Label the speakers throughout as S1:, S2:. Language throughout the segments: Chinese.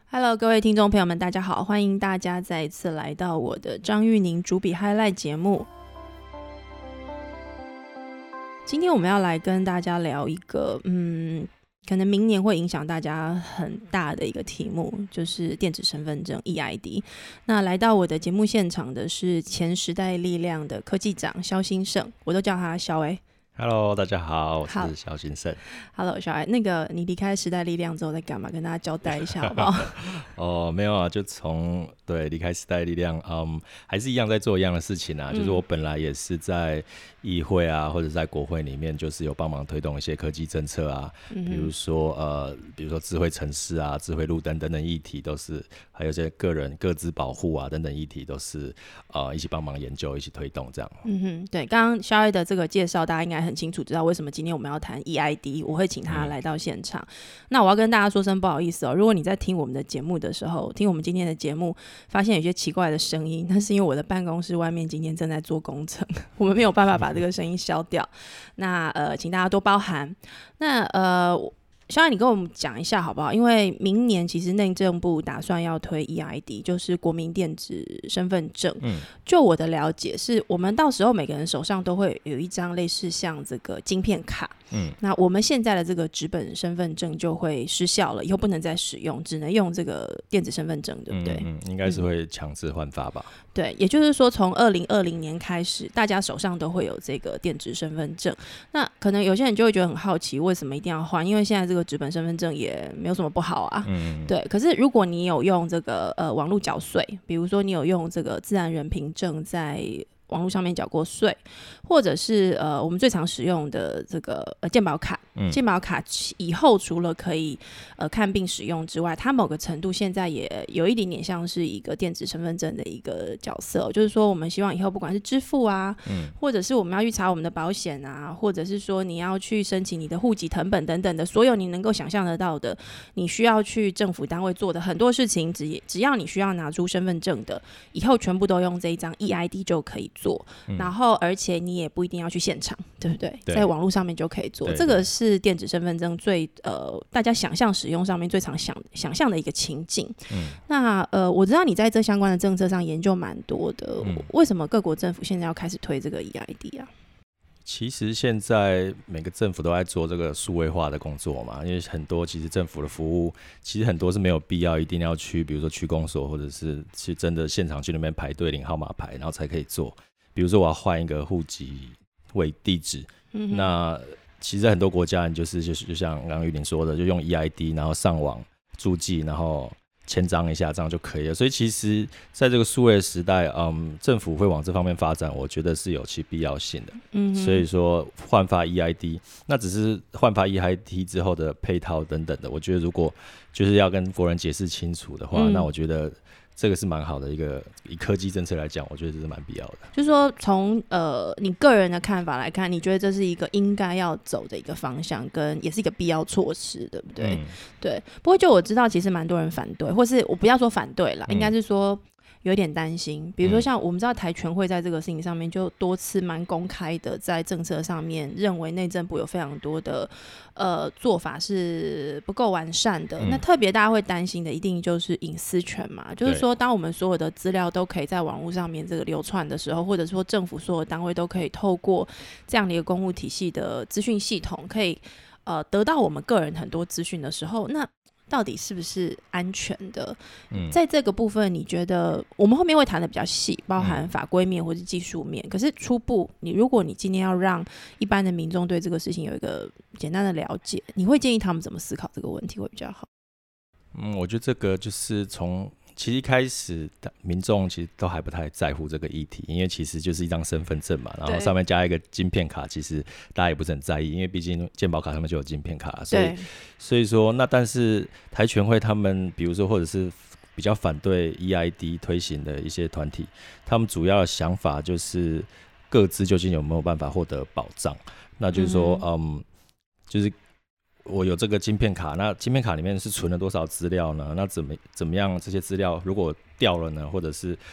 S1: Hello，各位听众朋友们，大家好，欢迎大家再一次来到我的张玉宁主笔 Highlight 节目。今天我们要来跟大家聊一个，可能明年会影响大家很大的一个题目，就是电子身份证 EID。那来到我的节目现场的是前时代力量的科技长萧兴盛，我都叫他萧
S2: Hello， 大家好，我是萧兴盛。
S1: Hello， 小艾，那个你离开时代力量之后在干嘛？跟大家交代一下好不好？
S2: 没有啊，就从离开时代力量，还是一样在做一样的事情啊。就是我本来也是在议会啊，或者在国会里面，就是有帮忙推动一些科技政策啊，比如说智慧城市啊、智慧路灯等等议题，都是还有一些个人个资保护啊等等议题，都是一起帮忙研究、一起推动这样。
S1: 对，刚刚萧艾的这个介绍，大家应该很清楚知道为什么今天我们要谈 EID， 我会请他来到现场。那我要跟大家说声不好意思哦，如果你在听我们的节目的时候，听我们今天的节目，发现有些奇怪的声音，那是因为我的办公室外面今天正在做工程，我们没有办法把这个声音消掉。那请大家多包涵。那萧艾，你跟我们讲一下好不好？因为明年其实内政部打算要推 EID， 就是国民电子身份证。就我的了解是，我们到时候每个人手上都会有一张类似像这个晶片卡。那我们现在的这个纸本身份证就会失效了，以后不能再使用，只能用这个电子身份证，对不对？
S2: 应该是会强制换发吧。
S1: 对，也就是说从2020年开始，大家手上都会有这个电子身份证。那可能有些人就会觉得很好奇，为什么一定要换？因为现在这个纸本身份证也没有什么不好啊。对。可是如果你有用这个网络缴税，比如说你有用这个自然人凭证在网络上面缴过税，或者是我们最常使用的这个健保卡，健保卡以后除了可以看病使用之外，它某个程度现在也有一点点像是一个电子身份证的一个角色，就是说我们希望以后不管是支付啊，或者是我们要去查我们的保险啊，或者是说你要去申请你的户籍誊本等等的，所有你能够想象得到的，你需要去政府单位做的很多事情，只要你需要拿出身份证的，以后全部都用这一张 EID 就可以做。然后而且你也不一定要去现场，对不对？在网络上面就可以做。这个是电子身份证最大家想象使用上面最常想象的一个情境。那我知道你在这相关的政策上研究蛮多的，为什么各国政府现在要开始推这个 EID 啊？
S2: 其实现在每个政府都在做这个数位化的工作嘛，因为很多其实政府的服务，其实很多是没有必要一定要去，比如说区公所或者是去真的现场去那边排队领号码牌，然后才可以做。比如说我要换一个户籍为地址，那其实在很多国家，你就像刚刚玉玲说的，就用 EID， 然后上网注记，然后签章一下，这样就可以了。所以其实在这个数位的时代，政府会往这方面发展，我觉得是有其必要性的。所以说换发 EID， 那只是换发 EID 之后的配套等等的，我觉得如果就是要跟国人解释清楚的话，那我觉得这个是蛮好的一个，以科技政策来讲，我觉得这是蛮必要的。
S1: 就是说从你个人的看法来看，你觉得这是一个应该要走的一个方向，跟也是一个必要措施，对不对？对。不过就我知道，其实蛮多人反对，或是我不要说反对啦，应该是说有点担心。比如说像我们知道台全会在这个事情上面就多次蛮公开的，在政策上面认为内政部有非常多的做法是不够完善的。那特别大家会担心的一定就是隐私权嘛，就是说当我们所有的资料都可以在网络上面这个流窜的时候，或者说政府所有单位都可以透过这样的一个公务体系的资讯系统可以得到我们个人很多资讯的时候，那到底是不是安全的？在这个部分你觉得我们后面会谈的比较细，包含法规面或是技术面，可是初步如果你今天要让一般的民众对这个事情有一个简单的了解，你会建议他们怎么思考这个问题会比较好？
S2: 我觉得这个就是其实一开始民众其实都还不太在乎这个议题，因为其实就是一张身份证嘛，然后上面加一个晶片卡，其实大家也不是很在意，因为毕竟健保卡上面就有晶片卡，所以说那但是台全会他们比如说或者是比较反对 EID 推行的一些团体，他们主要的想法就是个资究竟有没有办法获得保障，那就是说就是我有这个晶片卡，那晶片卡里面是存了多少资料呢？那怎么样这些资料如果掉了呢？或者是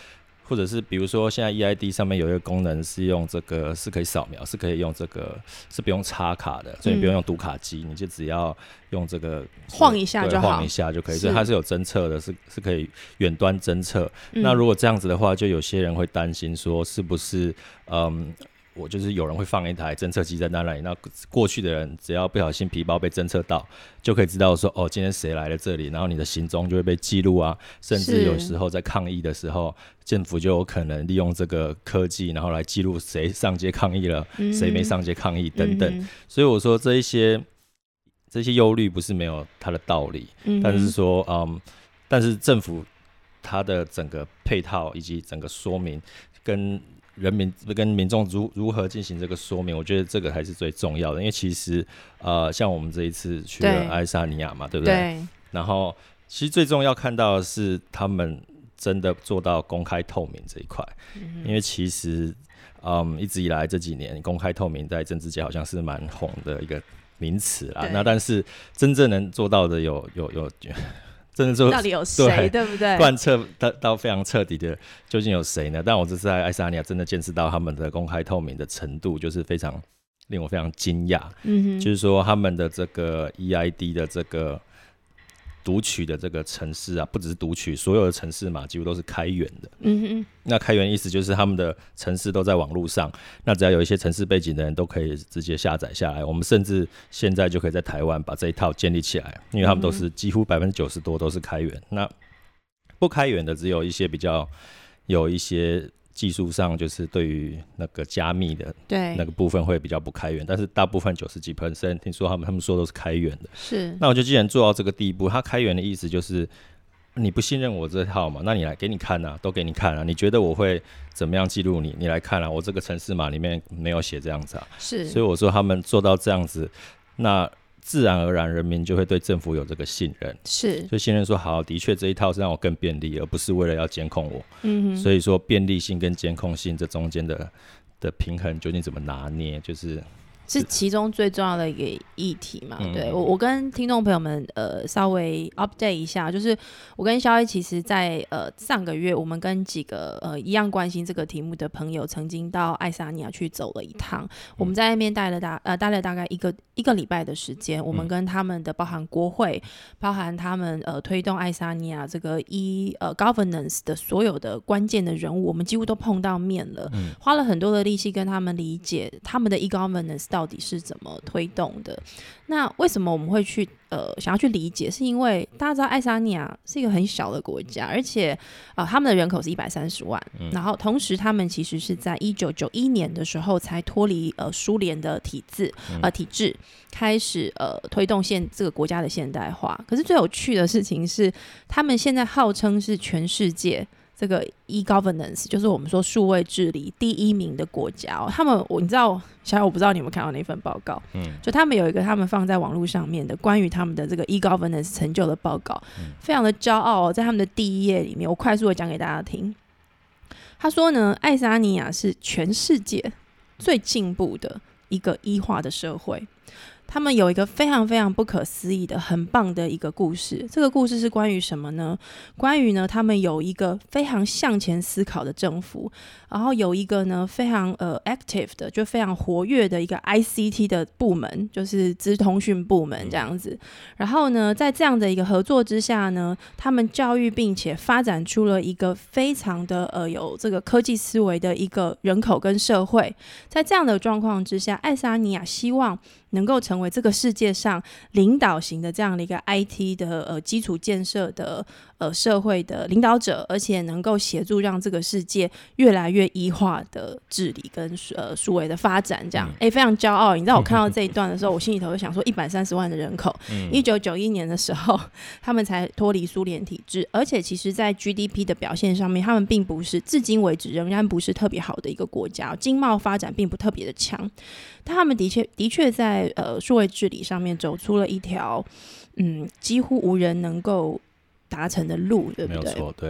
S2: 或者是比如说现在 EID 上面有一个功能是用这个是可以扫描，是可以用这个是不用插卡的，所以你不用用读卡机，你就只要用这个
S1: 晃一下就好，
S2: 晃一下就可以，所以它是有侦测的，是可以远端侦测。那如果这样子的话，就有些人会担心说是不是我就是有人会放一台侦测机在那里，那过去的人只要不小心皮包被侦测到，就可以知道说哦，今天谁来了这里，然后你的行踪就会被记录啊，甚至有时候在抗议的时候，政府就有可能利用这个科技，然后来记录谁上街抗议了，谁没上街抗议等等。所以我说这些忧虑不是没有它的道理，但是说但是政府它的整个配套以及整个说明跟人民跟民众如何进行这个说明，我觉得这个还是最重要的。因为其实像我们这一次去了爱沙尼亚嘛， 对不对？然后其实最重要看到的是他们真的做到公开透明这一块，因为其实一直以来这几年公开透明在政治界好像是蛮红的一个名词啦。那但是真正能做到的有真的说
S1: 到底有谁， 对不对？
S2: 贯彻到非常彻底的，究竟有谁呢？但我这次在爱沙尼亚真的见识到他们的公开透明的程度，就是令我非常惊讶。就是说他们的这个 EID 的这个读取的这个程式啊，不只是读取，所有的程式码几乎都是开源的。那开源意思就是他们的程式都在网络上，那只要有一些程式背景的人都可以直接下载下来。我们甚至现在就可以在台湾把这一套建立起来，因为他们都是几乎90%多都是开源。那不开源的只有一些比较有一些技术上就是对于那个加密的那个部分会比较不开源，但是大部分90几%听说他们说都是开源的。
S1: 是，
S2: 那我就既然做到这个地步，它开源的意思就是你不信任我这套嘛，那你来给你看啊，都给你看啊，你觉得我会怎么样记录你？你来看啊，我这个程式码里面没有写这样子啊。
S1: 是，
S2: 所以我说他们做到这样子，那自然而然人民就会对政府有这个信任，
S1: 是，
S2: 就信任说好，的确这一套是让我更便利，而不是为了要监控我。所以说便利性跟监控性这中间的平衡究竟怎么拿捏，是
S1: 其中最重要的一个议题嘛。对，我跟听众朋友们稍微 update 一下，就是我跟萧一其实在上个月我们跟几个一样关心这个题目的朋友曾经到爱沙尼亚去走了一趟，我们在那边待了大概一个礼拜的时间，我们跟他们的包含国会，包含他们推动爱沙尼亚这个governance 的所有的关键的人物，我们几乎都碰到面了，花了很多的力气跟他们理解他们的governance到底是怎么推动的。那为什么我们会去想要去理解，是因为大家知道爱沙尼亚是一个很小的国家，而且他们的人口是130万，然后同时他们其实是在1991年的时候才脱离苏联的体制，开始推动这个国家的现代化。可是最有趣的事情是，他们现在号称是全世界这个 e-governance 就是我们说数位治理第1名的国家。他们你知道小友，我不知道你有没有看到那份报告，就他们有一个他们放在网络上面的关于他们的这个 e-governance 成就的报告，非常的骄傲在他们的第1页里面，我快速的讲给大家听。他说呢，爱沙尼亚是全世界最进步的一个医化的社会。他们有一个非常非常不可思议的很棒的一个故事，这个故事是关于什么呢？关于呢他们有一个非常向前思考的政府，然后有一个呢非常active 的就非常活跃的一个 ICT 的部门，就是资通讯部门这样子。然后呢在这样的一个合作之下呢，他们教育并且发展出了一个非常的有这个科技思维的一个人口跟社会。在这样的状况之下，爱沙尼亚希望能够成为这个世界上领导型的这样的一个 IT 的基础建设的社会的领导者，而且能够协助让这个世界越来越医化的治理跟数位的发展这样。非常骄傲。你知道我看到这一段的时候，我心里头就想说130万的人口，1991年的时候他们才脱离苏联体制，而且其实在 GDP 的表现上面，他们并不是至今为止仍然不是特别好的一个国家，经贸发展并不特别的强，但他们的确在数位治理上面走出了一条几乎无人能够达成的路，对不对？
S2: 没有错，对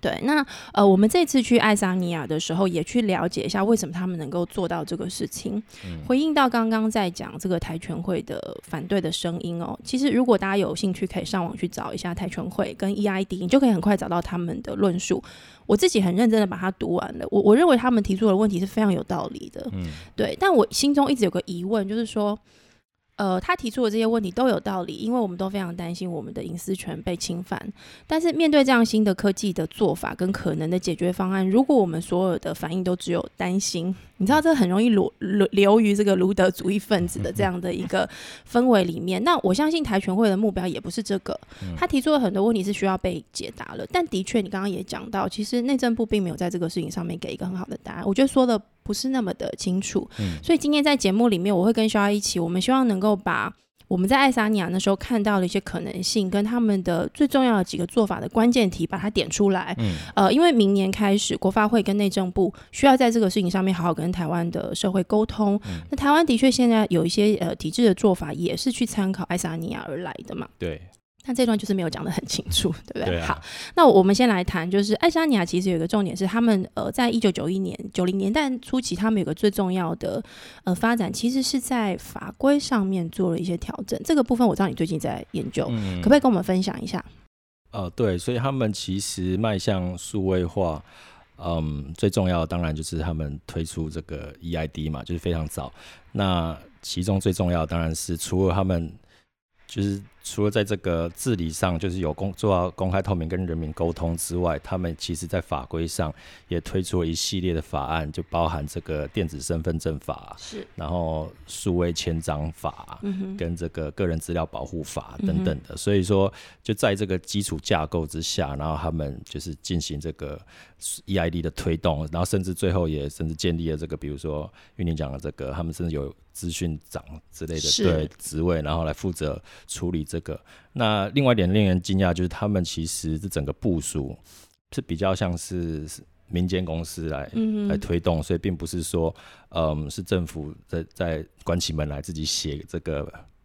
S1: 对，那我们这次去爱沙尼亚的时候，也去了解一下为什么他们能够做到这个事情。回应到刚刚在讲这个台全会的反对的声音哦，其实如果大家有兴趣，可以上网去找一下台全会跟 EID， 你就可以很快找到他们的论述。我自己很认真的把它读完了，我认为他们提出的问题是非常有道理的。对，但我心中一直有个疑问，就是说。他提出的这些问题都有道理，因为我们都非常担心我们的隐私权被侵犯。但是面对这样新的科技的做法跟可能的解决方案，如果我们所有的反应都只有担心，你知道这很容易流于这个卢德主义分子的这样的一个氛围里面。那我相信台全会的目标也不是这个，他提出了很多问题是需要被解答了。但的确，你刚刚也讲到，其实内政部并没有在这个事情上面给一个很好的答案。我觉得说的不是那么的清楚，所以今天在节目里面，我会跟肖一起，我们希望能够把我们在爱沙尼亚那时候看到的一些可能性，跟他们的最重要的几个做法的关键题，把它点出来。因为明年开始，国发会跟内政部需要在这个事情上面好好跟台湾的社会沟通。那台湾的确现在有一些体制的做法，也是去参考爱沙尼亚而来的嘛。
S2: 对。
S1: 但这段就是没有讲得很清楚，对不对？
S2: 对啊。
S1: 好，那我们先来谈，就是爱沙尼亚其实有一个重点是，他们在1990年代初期，他们有个最重要的发展，其实是在法规上面做了一些调整。这个部分我知道你最近在研究，可不可以跟我们分享一下？
S2: 对，所以他们其实迈向数位化，最重要的当然就是他们推出这个 EID 嘛，就是非常早。那其中最重要的当然是除了他们就是除了在这个治理上就是有做到公开透明跟人民沟通之外，他们其实在法规上也推出了一系列的法案，就包含这个电子身份证法，
S1: 是，
S2: 然后数位签章法，跟这个个人资料保护法等等的。所以说就在这个基础架构之下，然后他们就是进行这个 EID 的推动，然后甚至最后也甚至建立了这个比如说玉宁讲的这个，他们甚至有资讯长之类的对职位，然后来负责处理这个。那另外一点令人惊讶就是他们其实这整个部署是比较像是民间公司来推动，所以并不是说是政府在关起门来自己写这个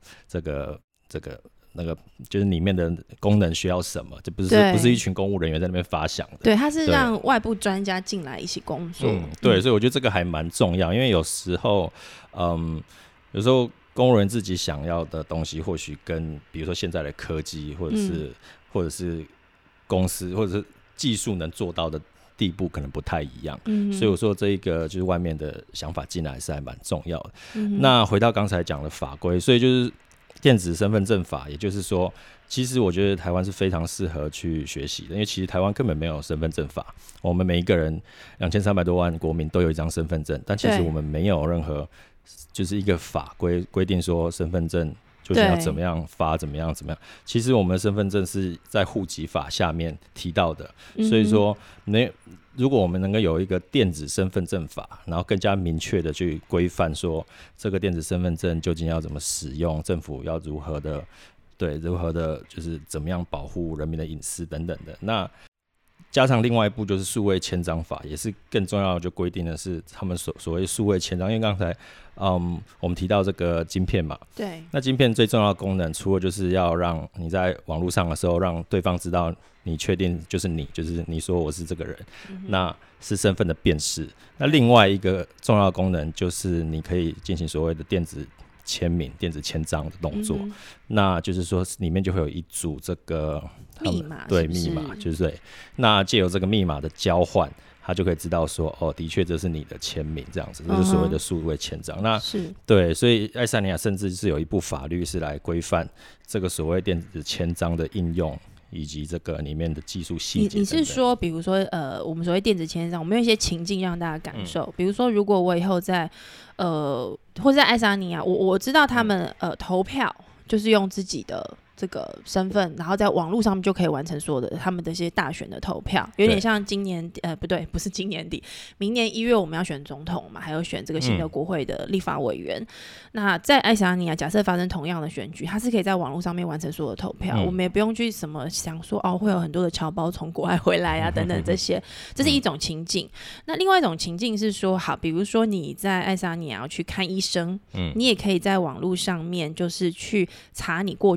S2: 那个就是里面的功能需要什么，这不是一群公务人员在那边发想的。
S1: 对，他是让外部专家进来一起工作。
S2: 对，所以我觉得这个还蛮重要，因为有时候公务人员自己想要的东西，或许跟比如说现在的科技，或者是公司或者是技术能做到的地步，可能不太一样。所以我说这一个就是外面的想法进来是还蛮重要的。那回到刚才讲的法规，所以就是电子身份证法，也就是说，其实我觉得台湾是非常适合去学习的，因为其实台湾根本没有身份证法，我们每一个人2300多万国民都有一张身份证，但其实我们没有任何就是一个法规定说身份证就是要怎么样发，怎么样。其实我们的身份证是在户籍法下面提到的，所以说如果我们能够有一个电子身份证法，然后更加明确的去规范说这个电子身份证究竟要怎么使用，政府要如何的就是怎么样保护人民的隐私等等的。那加上另外一步就是数位签章法，也是更重要的，就规定的是他们所谓数位签章。因为刚才我们提到这个晶片嘛，
S1: 对，
S2: 那晶片最重要的功能，除了就是要让你在网络上的时候让对方知道你确定就是你说我是这个人，那是身份的辨识。那另外一个重要的功能就是你可以进行所谓的电子签名、电子签章的动作，那就是说里面就会有一组这个
S1: 密码，
S2: 对，密码就是对。那借由这个密码的交换，他就可以知道说，的确这是你的签名，这样子，这是所谓的数位签章。那
S1: 是对，
S2: 所以爱沙尼亚甚至是有一部法律是来规范这个所谓电子签章的应用，以及这个里面的技术细节。
S1: 你是说，比如说我们所谓电子签章，我们有一些情境让大家感受，比如说，如果我以后在或者在爱沙尼亚，我知道他们投票就是用自己的这个身份，然后在网络上面就可以完成所有的他们的一些大选的投票，有点像今年不是今年底，明年1月我们要选总统嘛，还有选这个新的国会的立法委员。那在爱沙尼亚，假设发生同样的选举，它是可以在网络上面完成所有的投票，我们也不用去什么想说会有很多的侨胞从国外回来啊等等这些，这是一种情境。那另外一种情境是说，好，比如说你在爱沙尼亚要去看医生，你也可以在网络上面就是去查你过去的一些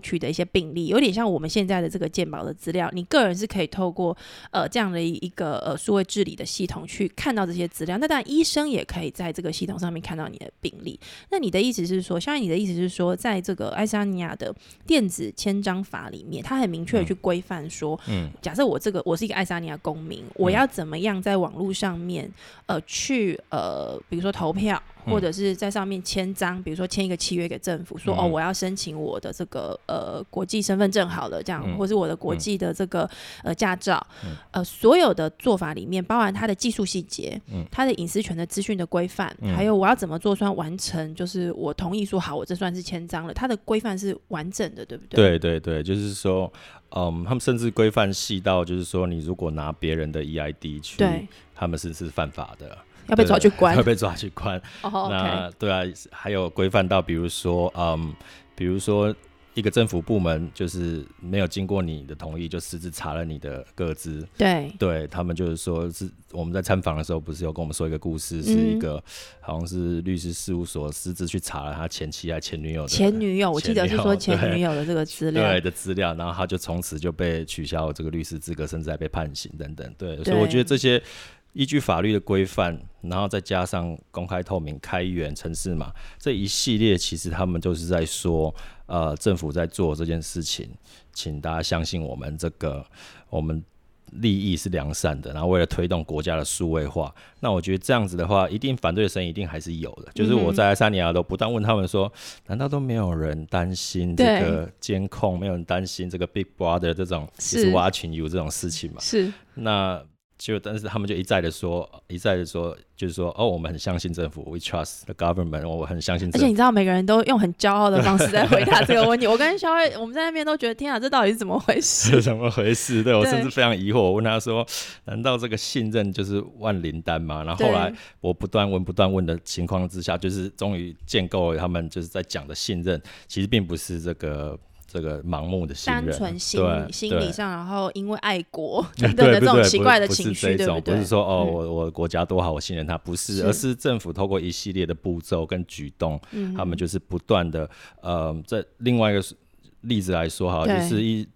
S1: 病历，有点像我们现在的这个健保的资料，你个人是可以透过这样的一个数位治理的系统去看到这些资料。那当然医生也可以在这个系统上面看到你的病历。那你的意思是说，相信你的意思是说，在这个爱沙尼亚的电子签章法里面，它很明确的去规范说，假设我是一个爱沙尼亚公民，我要怎么样在网络上面去比如说投票，或者是在上面签章，比如说签一个契约给政府说，我要申请我的这个国际身份证好了，这样，或是我的国际的这个驾照，所有的做法里面，包含它的技术细节，它的隐私权的资讯的规范，还有我要怎么做算完成，就是我同意说好，我这算是签章了，它的规范是完整的，对不对？
S2: 对对对，就是说，他们甚至规范细到，就是说，你如果拿别人的 EID 去，他们是犯法的。
S1: 要被抓去关，
S2: 要被抓去关。那对啊，还有规范到，比如说一个政府部门就是没有经过你的同意就私自查了你的个资，对，他们就是说是我们在参访的时候不是有跟我们说一个故事，是一个好像是律师事务所私自去查了他前妻还前女友的
S1: 我记得是说前女友的这个资料，
S2: 对的资料，然后他就从此就被取消这个律师资格，甚至还被判刑等等。对，所以我觉得这些依据法律的规范，然后再加上公开透明、开源、程式码这一系列，其实他们就是在说，政府在做这件事情，请大家相信我们利益是良善的，然后为了推动国家的数位化，那我觉得这样子的话，一定反对的声音一定还是有的。就是我在爱沙尼亚都不断问他们说，难道都没有人担心这个监控，没有人担心这个 Big Brother 这种就是 watching you 这种事情嘛？
S1: 是，
S2: 但是他们就一再的说，就是说，我们很相信政府 ，we trust the government， 我很相信政府。
S1: 而且你知道，每个人都用很骄傲的方式在回答这个问题。我跟肖慧，我们在那边都觉得，天啊，这到底是怎么回事？
S2: 是怎么回事？对，我甚至非常疑惑。我问他说，难道这个信任就是万灵丹吗？然后后来我不断问的情况之下，就是终于建构了他们就是在讲的信任，其实并不是这个盲目的信任，
S1: 单纯心理上，然后因为爱国等等的这种奇怪的情绪，对不对？
S2: 不是说我国家多好，我信任他，不是，而是政府透过一系列的步骤跟举动，他们就是不断的在另外一个例子来说好，就是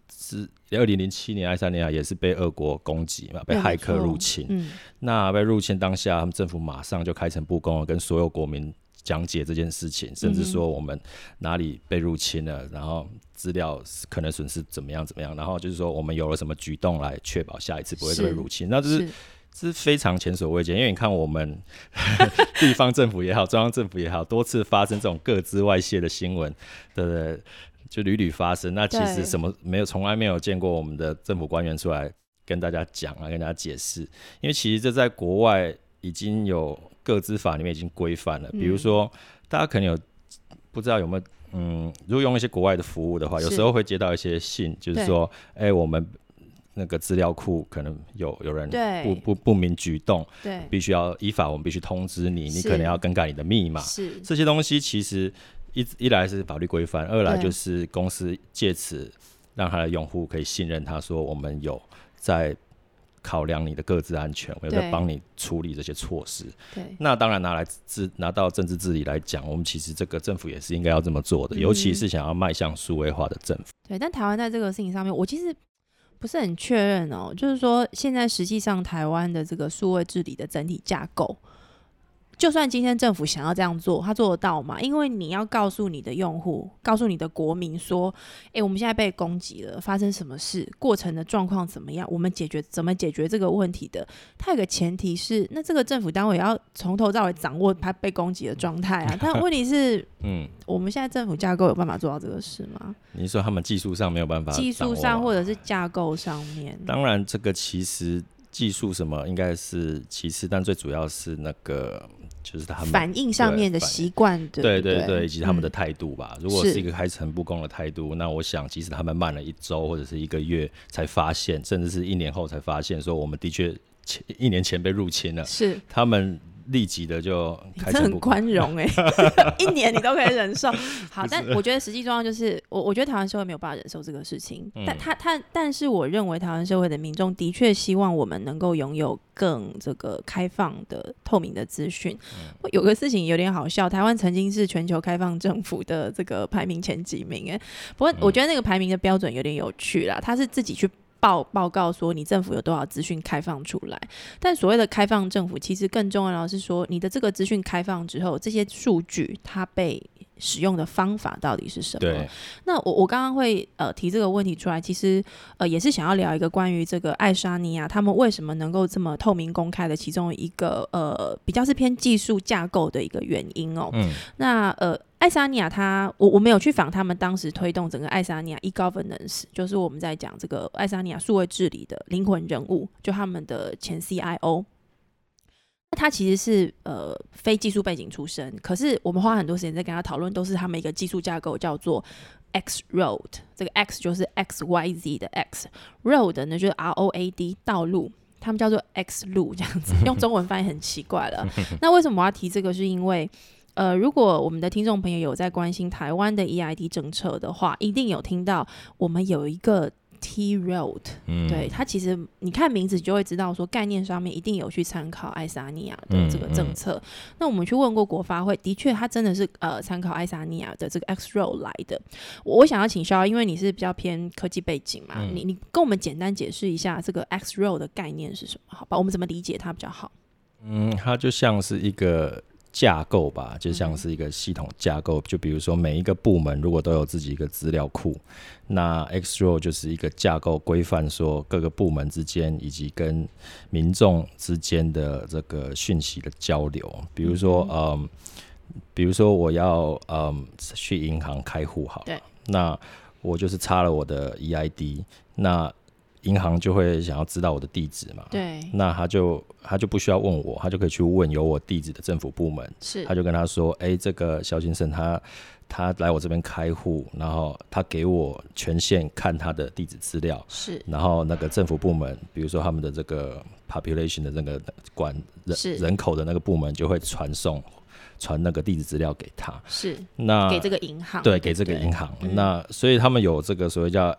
S2: 2007年爱沙尼亚也是被俄国攻击嘛，被骇客入侵，那被入侵当下，他们政府马上就开诚布公跟所有国民讲解这件事情，甚至说我们哪里被入侵了，然后资料可能损失怎么样，然后就是说我们有了什么举动来确保下一次不会再被入侵。那这是非常前所未见，因为你看我们地方政府也好，中央政府也好，多次发生这种个资外泄的新闻，对不对？就屡屡发生。那其实从来没有见过我们的政府官员出来跟大家讲跟大家解释，因为其实这在国外已经有个资法里面已经规范了，比如说大家可能不知道有没有如果用一些国外的服务的话，有时候会接到一些信，就是说我们那个资料库可能有人不明举动，必须要依法，我们必须通知你可能要更改你的密码，这些东西其实一来是法律规范，二来就是公司借此让他的用户可以信任他，说我们有在考量你的个资安全，我有在帮你处理这些措施。那当然拿到政治治理来讲，我们其实这个政府也是应该要这么做的，尤其是想要迈向数位化的政府。
S1: 对，但台湾在这个事情上面，我其实不是很确认哦，就是说现在实际上台湾的这个数位治理的整体架构，就算今天政府想要这样做，他做得到吗？因为你要告诉你的用户，告诉你的国民说，我们现在被攻击了，发生什么事，过程的状况怎么样，我们怎么解决这个问题的。它有个前提是，那这个政府单位也要从头到尾掌握他被攻击的状态啊。但问题是，我们现在政府架构有办法做到这个事吗？
S2: 你说他们技术上没有办法掌握，
S1: 技术上或者是架构上面？
S2: 当然，这个其实技术什么应该是其次，但最主要是那个就是他们
S1: 反应上面的习惯，对不对？
S2: 以及他们的态度吧。如果是一个开诚布公的态度，那我想即使他们慢了1周或者是1个月才发现，甚至是1年后才发现说我们的确1年前被入侵了，
S1: 是他
S2: 们立即的就开诚布公。
S1: 你真的很宽容一年你都可以忍受。好，但我觉得实际状况就是，我觉得台湾社会没有办法忍受这个事情。但是我认为台湾社会的民众的确希望我们能够拥有更这个开放的、透明的资讯。有个事情有点好笑，台湾曾经是全球开放政府的这个排名前几名不过我觉得那个排名的标准有点有趣啦，他是自己去报告说你政府有多少资讯开放出来，但所谓的开放政府其实更重要的是说你的这个资讯开放之后，这些数据它被使用的方法到底是什么？
S2: 对，
S1: 那我刚刚会提这个问题出来，其实也是想要聊一个关于这个爱沙尼亚他们为什么能够这么透明公开的其中一个比较是偏技术架构的一个原因那爱沙尼亚我们有去访他们当时推动整个爱沙尼亚 e-governance， 就是我们在讲这个爱沙尼亚数位治理的灵魂人物，就他们的前 CIO。他其实是非技术背景出身，可是我们花很多时间在跟他讨论，都是他们一个技术架构叫做 X Road， 这个 X 就是 XYZ 的 X，Road 呢就是 ROAD 道路，他们叫做 X 路这样子，用中文翻译很奇怪了。那为什么我要提这个？是因为如果我们的听众朋友有在关心台湾的 EID 政策的话，一定有听到我们有一个T Road，对，它其实你看名字就会知道说概念上面一定有去参考爱沙尼亚的这个政策。那我们去问过国发会，的确它真的是参考爱沙尼亚的这个 X Road 来的。我想要请肖，因为你是比较偏科技背景嘛，你跟我们简单解释一下这个 X Road 的概念是什么，好吧？我们怎么理解它比较好？
S2: 它就像是一个架构吧，就像是一个系统架构，就比如说每一个部门如果都有自己一个资料库，那 X-Road 就是一个架构规范说各个部门之间以及跟民众之间的这个讯息的交流。比如说我要去银行开户好了，那我就是插了我的 EID， 那银行就会想要知道我的地址嘛，
S1: 对，
S2: 那他就不需要问我，他就可以去问有我地址的政府部门，
S1: 是，
S2: 他就跟他说，这个肖先生他来我这边开户，然后他给我权限看他的地址资料，
S1: 是，
S2: 然后那个政府部门，比如说他们的这个 population 的那个管人口的那个部门就会传那个地址资料给他，
S1: 是，
S2: 那
S1: 给这个银行，
S2: 对，给这个银行，那所以他们有这个所谓叫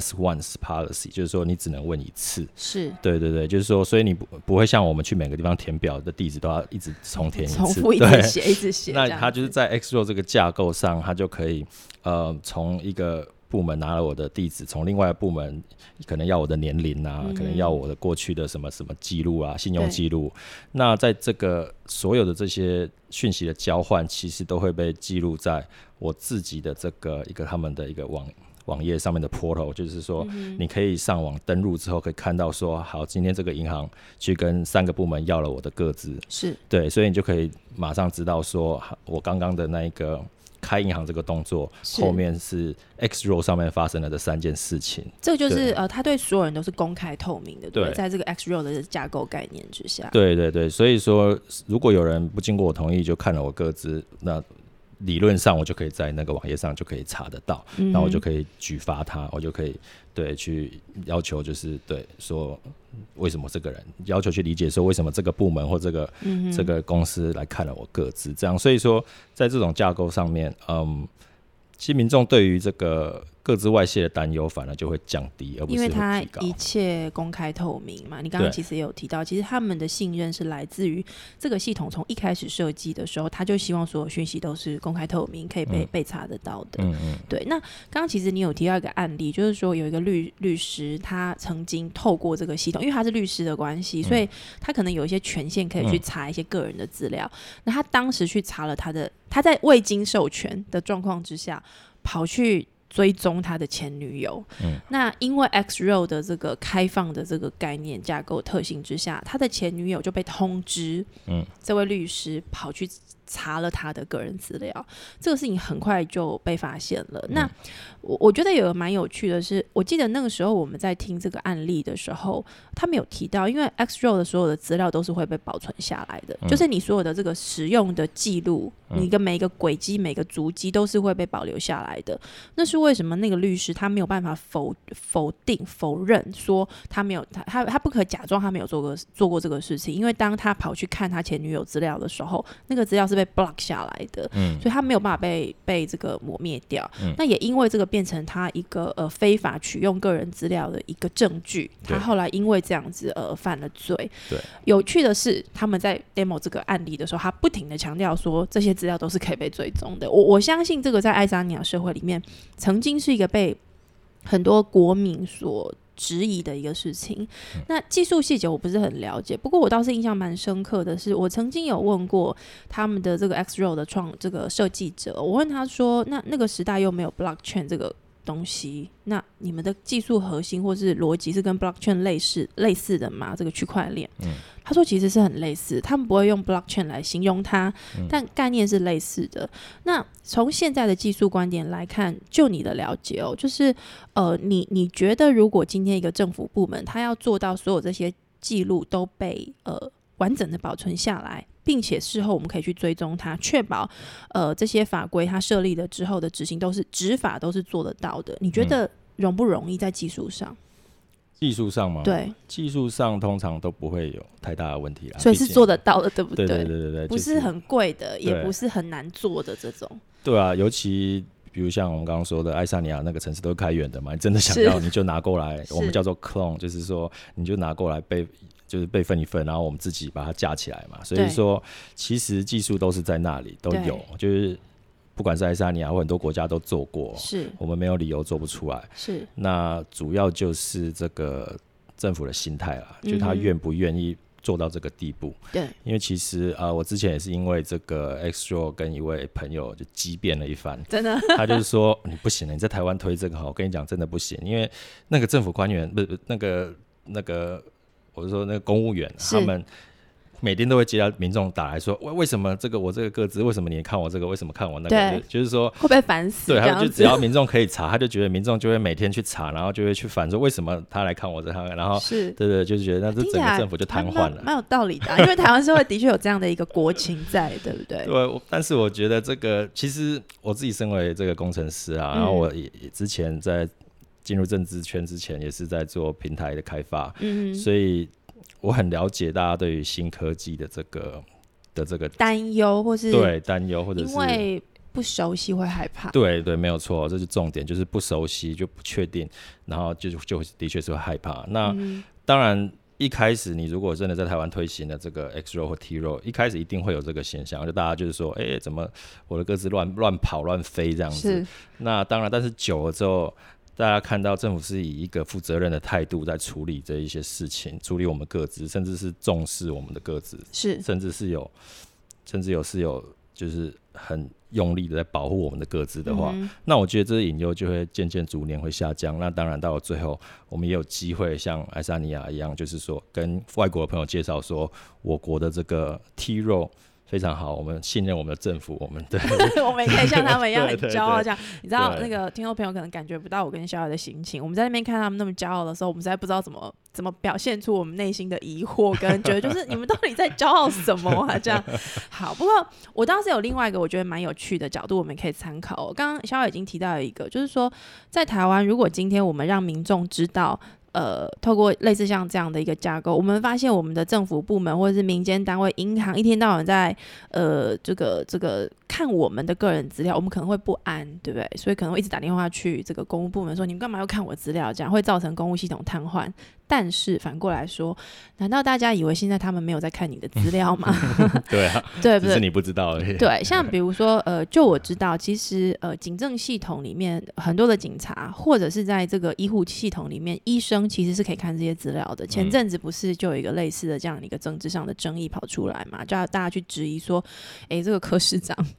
S2: S1 policy， 就是说你只能问一次，
S1: 是，
S2: 对对对，就是说，所以你不会像我们去每个地方填表的地址都要一直重填一次，
S1: 重复一直写一直写。
S2: 那他就是在 X-Road 这个架构上，他就可以从一个部门拿了我的地址，从另外的部门可能要我的年龄啊，可能要我的过去的什么什么记录啊，信用记录。那在这个所有的这些讯息的交换，其实都会被记录在我自己的这个他们的一个网页上面的 portal， 就是说你可以上网登录之后可以看到说，好，今天这个银行去跟3个部门要了我的个资，
S1: 是，对，
S2: 所以你就可以马上知道说我刚刚的那一个开银行这个动作后面是 X-Road 上面发生了的3件事情。
S1: 这个就是它对所有人都是公开透明的，对，在这个 X-Road 的架构概念之下。
S2: 对对对，所以说如果有人不经过我同意就看了我个资，那理论上我就可以在那个网页上就可以查得到，然后我就可以举发他，我就可以去要求，就是说为什么这个人要求去理解说为什么这个部门或这个公司来看了我个资，这样，所以说在这种架构上面，其实民众对于这个个资外泄的担忧反而就会降低，而不是会提高，因为它
S1: 一切公开透明嘛。你刚刚其实也有提到，其实他们的信任是来自于这个系统从一开始设计的时候，他就希望所有讯息都是公开透明，可以被查得到的。对。那刚刚其实你有提到一个案例，就是说有一个律师，他曾经透过这个系统，因为他是律师的关系，所以他可能有一些权限可以去查一些个人的资料。那他当时去查了他在未经授权的状况之下，跑去追踪他的前女友。那因为 X-Road 的这个开放的这个概念架构特性之下，他的前女友就被通知，这位律师跑去查了他的个人资料，这个事情很快就被发现了。那我觉得有个蛮有趣的是，我记得那个时候我们在听这个案例的时候，他们有提到，因为 X-Row 的所有的资料都是会被保存下来的，就是你所有的这个使用的记录，你的每一个轨迹、每个足迹都是会被保留下来的。那是为什么那个律师他没有办法否定、否认说他没有他不可假装他没有做过这个事情，因为当他跑去看他前女友资料的时候，那个资料是被 block 下来的，所以他没有办法被这个抹灭掉。那也因为这个变成他一个非法取用个人资料的一个证据，他后来因为这样子犯了罪。对，有趣的是他们在 demo 这个案例的时候，他不停的强调说这些资料都是可以被追踪的。我相信这个在爱沙尼亚社会里面曾经是一个被很多国民所质疑的一个事情。那技术细节我不是很了解，不过我倒是印象蛮深刻的是，我曾经有问过他们的这个 X-Row 的这个设计者，我问他说那个时代又没有 blockchain 这个东西，那你们的技术核心或是逻辑是跟 blockchain 类似的吗？这个区块链，他说其实是很类似，他们不会用 blockchain 来形容它，但概念是类似的。那从现在的技术观点来看，就你的了解就是你觉得如果今天一个政府部门他要做到所有这些记录都被完整的保存下来，并且事后我们可以去追踪它，确保这些法规它设立了之后的执法都是做得到的，你觉得容不容易在技术上？
S2: 技术上吗？
S1: 对，
S2: 技术上通常都不会有太大的问题啦，
S1: 所以是做得到的，对不对？
S2: 对，
S1: 不是很贵的，也不是很难做的这种。
S2: 对啊，尤其比如像我们刚刚说的爱沙尼亚那个城市都是开源的嘛，你真的想要你就拿过来，我们叫做 clone， 就是说你就拿过来就是备份一份，然后我们自己把它架起来嘛。所以说其实技术都是在那里都有，就是不管是爱沙尼亚或很多国家都做过，是我们没有理由做不出来。是，那主要就是这个政府的心态啦，就他愿不愿意做到这个地步。对，因为其实我之前也是因为这个 X-Row 跟一位朋友就激辩了一番，真的，他就是说你不行了，你在台湾推这个我跟你讲真的不行，因为那个政府官员不是那个我是说那个公务员，他们每天都会接到民众打来说，为什么我这个个资，为什么你看我这个，为什么看我那个？就是说会被烦死。对，他就只要民众可以查，他就觉得民众就会每天去查，然后就会去反说为什么他来看我这个，然后对，就是觉得那这整个政府就瘫痪了，蛮有道理的因为台湾社会的确有这样的一个国情在，对不对？对，但是我觉得这个其实我自己身为这个工程师啊，然后我也之前在进入政治圈之前也是在做平台的开发，所以我很了解大家对于新科技的这个担忧，或是对担忧，或者是因为不熟悉会害怕。对，没有错，这是重点，就是不熟悉就不确定，然后就的确是会害怕。那当然一开始你如果真的在台湾推行的这个 X-Row 或 T-Row， 一开始一定会有这个现象，就大家就是说怎么我的个资乱跑乱飞这样子。那当然但是久了之后，大家看到政府是以一个负责任的态度在处理这一些事情，处理我们个资，甚至是重视我们的个资，甚至有就是很用力的在保护我们的个资的话，那我觉得这个隐忧就会逐年会下降。那当然到了最后，我们也有机会像爱沙尼亚一样，就是说跟外国的朋友介绍说，我国的这个 T-Row非常好，我们信任我们的政府，我们我们也可以像他们一样很骄傲这样。你知道那个听众朋友可能感觉不到我跟小雅的心情，我们在那边看他们那么骄傲的时候，我们实在不知道怎么表现出我们内心的疑惑跟觉得就是你们到底在骄傲什么啊这样。好，不过我当时有另外一个我觉得蛮有趣的角度我们可以参考刚刚小雅已经提到一个，就是说在台湾如果今天我们让民众知道透过类似像这样的一个架构，我们发现我们的政府部门或者是民间单位银行一天到晚在这个看我们的个人资料，我们可能会不安，对不对？所以可能会一直打电话去这个公务部门说你们干嘛要看我资料，这样会造成公务系统瘫痪。但是反过来说，难道大家以为现在他们没有在看你的资料吗？对啊，对不对？只是你不知道而已。对，像比如说就我知道其实警政系统里面很多的警察或者是在这个医护系统里面，医生其实是可以看这些资料的。前阵子不是就有一个类似的这样一个政治上的争议跑出来嘛，叫大家去质疑说这个柯市长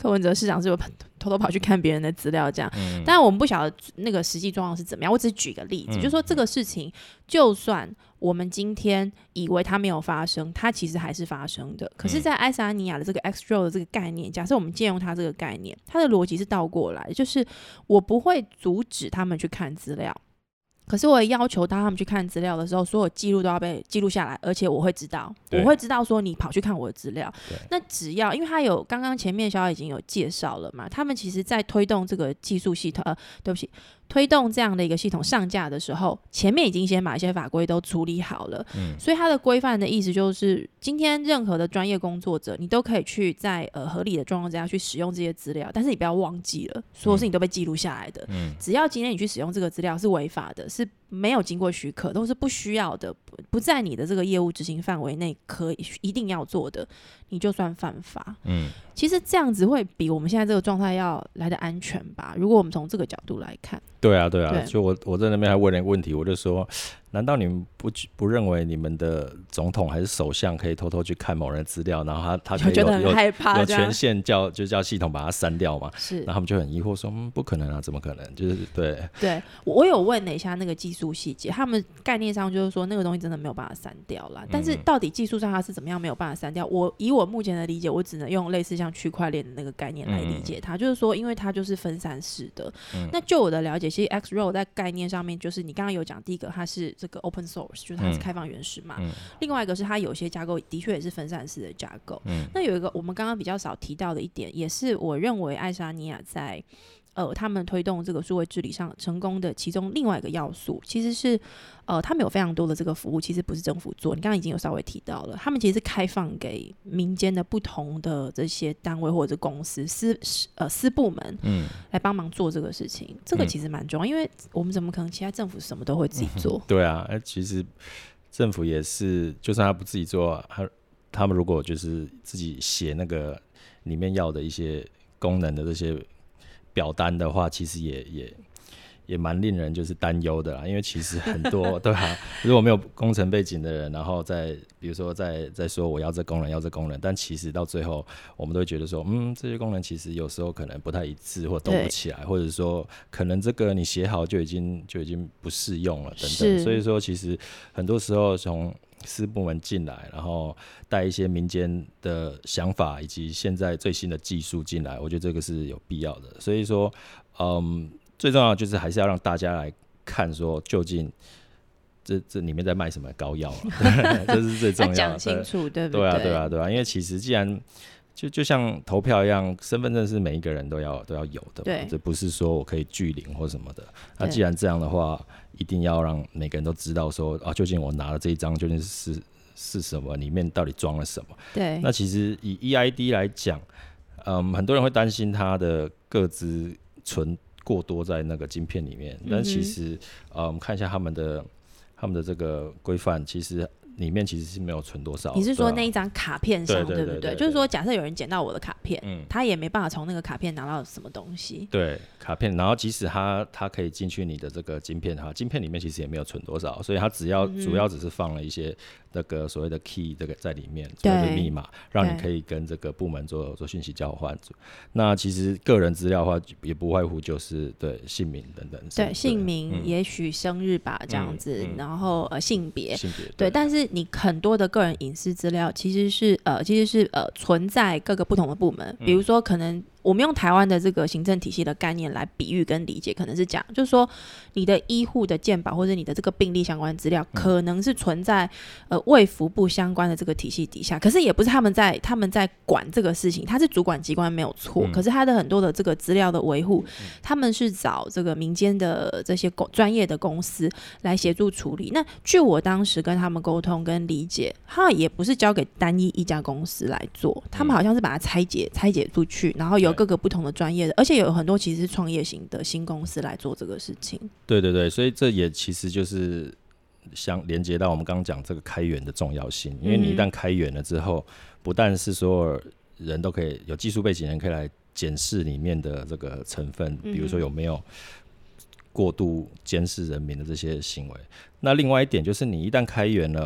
S1: 柯文哲市长是有偷偷跑去看别人的资料这样，当然我们不晓得那个实际状况是怎么样，我只是举个例子，就是说这个事情就算我们今天以为它没有发生，它其实还是发生的。可是在爱沙尼亚的这个 X-Road 的这个概念，假设我们借用它这个概念，它的逻辑是倒过来，就是我不会阻止他们去看资料，可是我也要求当他们去看资料的时候，所有记录都要被记录下来，而且我会知道说你跑去看我的资料。那只要因为他有刚刚前面小雅已经有介绍了嘛，他们其实在推动这个技术系统，对不起，推动这样的一个系统上架的时候，前面已经先把一些法规都处理好了，所以它的规范的意思就是，今天任何的专业工作者，你都可以去在合理的状况之下去使用这些资料，但是你不要忘记了，所有事情都被记录下来的。只要今天你去使用这个资料是违法的，是没有经过许可，都是不需要的，不在你的这个业务执行范围内，一定要做的，你就算犯法。其实这样子会比我们现在这个状态要来的安全吧？如果我们从这个角度来看。
S2: 对啊，就我在那边还问了一个问题，我就说，难道你们不认为你们的总统还是首相可以偷偷去看某人的资料，然后他可以
S1: 觉得很害怕，
S2: 有权限叫系统把它删掉嘛？
S1: 是，
S2: 然后他们就很疑惑说，不可能啊，怎么可能？就是
S1: 对，我有问了一下那个技术细节，他们概念上就是说那个东西真的没有办法删掉啦，但是到底技术上它是怎么样没有办法删掉？以我目前的理解，我只能用类似像区块链的那个概念来理解它，就是说，因为它就是分散式的。那就我的了解，其实 X-Road 在概念上面，就是你刚刚有讲，第一个它是这个 open source， 就是它是开放原始码，另外一个是它有些架构的确也是分散式的架构。那有一个我们刚刚比较少提到的一点，也是我认为爱沙尼亚在他们推动这个数位治理上成功的其中另外一个要素，其实是他们有非常多的这个服务其实不是政府做，你刚刚已经有稍微提到了，他们其实是开放给民间的不同的这些单位或者公司私部门来帮忙做这个事情，这个其实蛮重要，因为我们怎么可能其他政府什么都会自己做？
S2: 对啊，其实政府也是，就算他不自己做，他们如果就是自己写那个里面要的一些功能的这些表单的话，其实也蛮令人就是担忧的啦，因为其实很多对啊，如果没有工程背景的人，然后比如说再说我要这功能，但其实到最后我们都会觉得说，这些功能其实有时候可能不太一致，或都不起来，或者说可能这个你写好就已经不适用了等等，所以说其实很多时候从私部门进来，然后带一些民间的想法以及现在最新的技术进来，我觉得这个是有必要的。所以说，最重要的就是还是要让大家来看说，究竟这里面在卖什么膏药这是最重要的。
S1: 讲清楚，对不对？
S2: 对啊，因为其实既然就像投票一样，身份证是每一个人都要有的，对，这不是说我可以拒领或什么的。那既然这样的话，一定要让每个人都知道说，究竟我拿了这一张究竟是什么，里面到底装了什么。
S1: 对。
S2: 那其实以 EID 来讲，很多人会担心它的个资存过多在那个晶片里面，但其实看一下他们的这个规范，其实里面其实是没有存多少。
S1: 你是说那一张卡片上，
S2: 对
S1: 不对？就是说，假设有人捡到我的卡片，他也没办法从那个卡片拿到什么东西。
S2: 对，卡片，然后即使他可以进去你的这个晶片晶片里面其实也没有存多少，所以他主要只是放了一些那个所谓的 key 这个在里面，所谓的密码，让你可以跟这个部门做讯息交换。那其实个人资料的话，也不外乎就是对姓名等等。
S1: 对，姓名，也许生日吧，这样子，然后性别，对，但是你很多的个人隐私资料其实是存在各个不同的部门，比如说可能我们用台湾的这个行政体系的概念来比喻跟理解，可能是讲，就是说你的医护的健保或者你的这个病历相关资料，可能是存在卫福部相关的这个体系底下，可是也不是他们在管这个事情，他是主管机关没有错，可是他的很多的这个资料的维护，他们是找这个民间的这些专业的公司来协助处理。那据我当时跟他们沟通跟理解，他也不是交给单一一家公司来做，他们好像是把它拆解出去，然后有各个不同的专业的，而且有很多其实是创业型的新公司来做这个事情。对，
S2: 所以这也其实就是相连接到我们刚刚讲这个开源的重要性，因为你一旦开源了之后，不但是所有人都可以有技术背景人可以来检视里面的这个成分，比如说有没有过度监视人民的这些行为。那另外一点就是你一旦开源了，